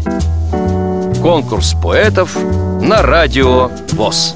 Конкурс поэтов на Радио ВОС.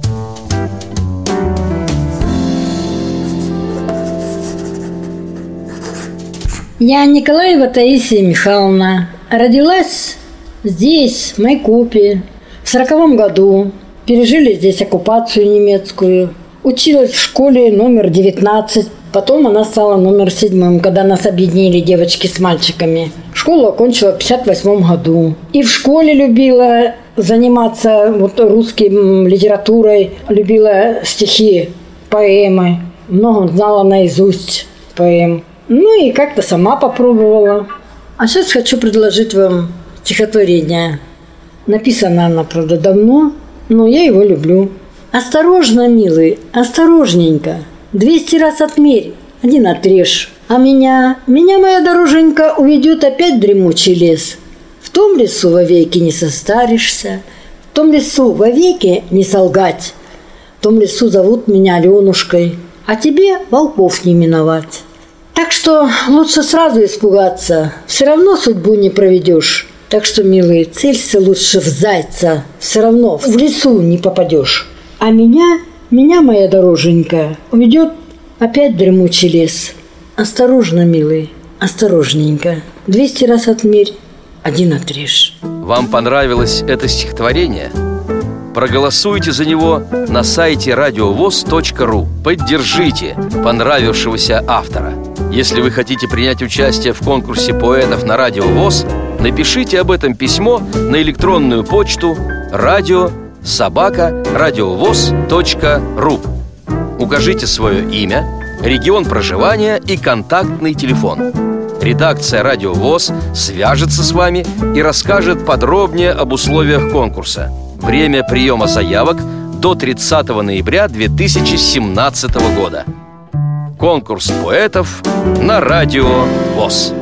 Я Николаева Таисия Михайловна. Родилась здесь, в Майкопе, в 1940 году. Пережили здесь оккупацию немецкую. Училась в школе номер 19. Потом она стала номер 7, когда нас объединили девочки с мальчиками. Школу окончила в 1958 году. И в школе любила заниматься русской литературой. Любила стихи, поэмы. Много знала наизусть поэм. Ну и как-то сама попробовала. А сейчас хочу предложить вам стихотворение. Написано оно, правда, давно, но я его люблю. Осторожно, милый, осторожненько. 200 раз отмерь, 1 отрежь. А меня моя дороженька уведет опять в дремучий лес. В том лесу вовеки не состаришься, в том лесу вовеки не солгать. В том лесу зовут меня Аленушкой, а тебе волков не миновать. Так что лучше сразу испугаться, все равно судьбу не проведешь. Так что, милый, целься лучше в зайца, все равно в лесу не попадешь. А меня моя дороженька уведет опять в дремучий лес. Осторожно, милый, осторожненько. 200 раз отмерь, 1 отрежь. Вам понравилось это стихотворение? Проголосуйте за него на сайте радиовос.ру. Поддержите понравившегося автора. Если вы хотите принять участие в конкурсе поэтов на Радио ВОС, напишите об этом письмо на электронную почту radio@radiovos.ru. Укажите свое имя, регион проживания и контактный телефон. Редакция Радио ВОС свяжется с вами и расскажет подробнее об условиях конкурса. Время приема заявок до 30 ноября 2017 года. Конкурс поэтов на Радио ВОС.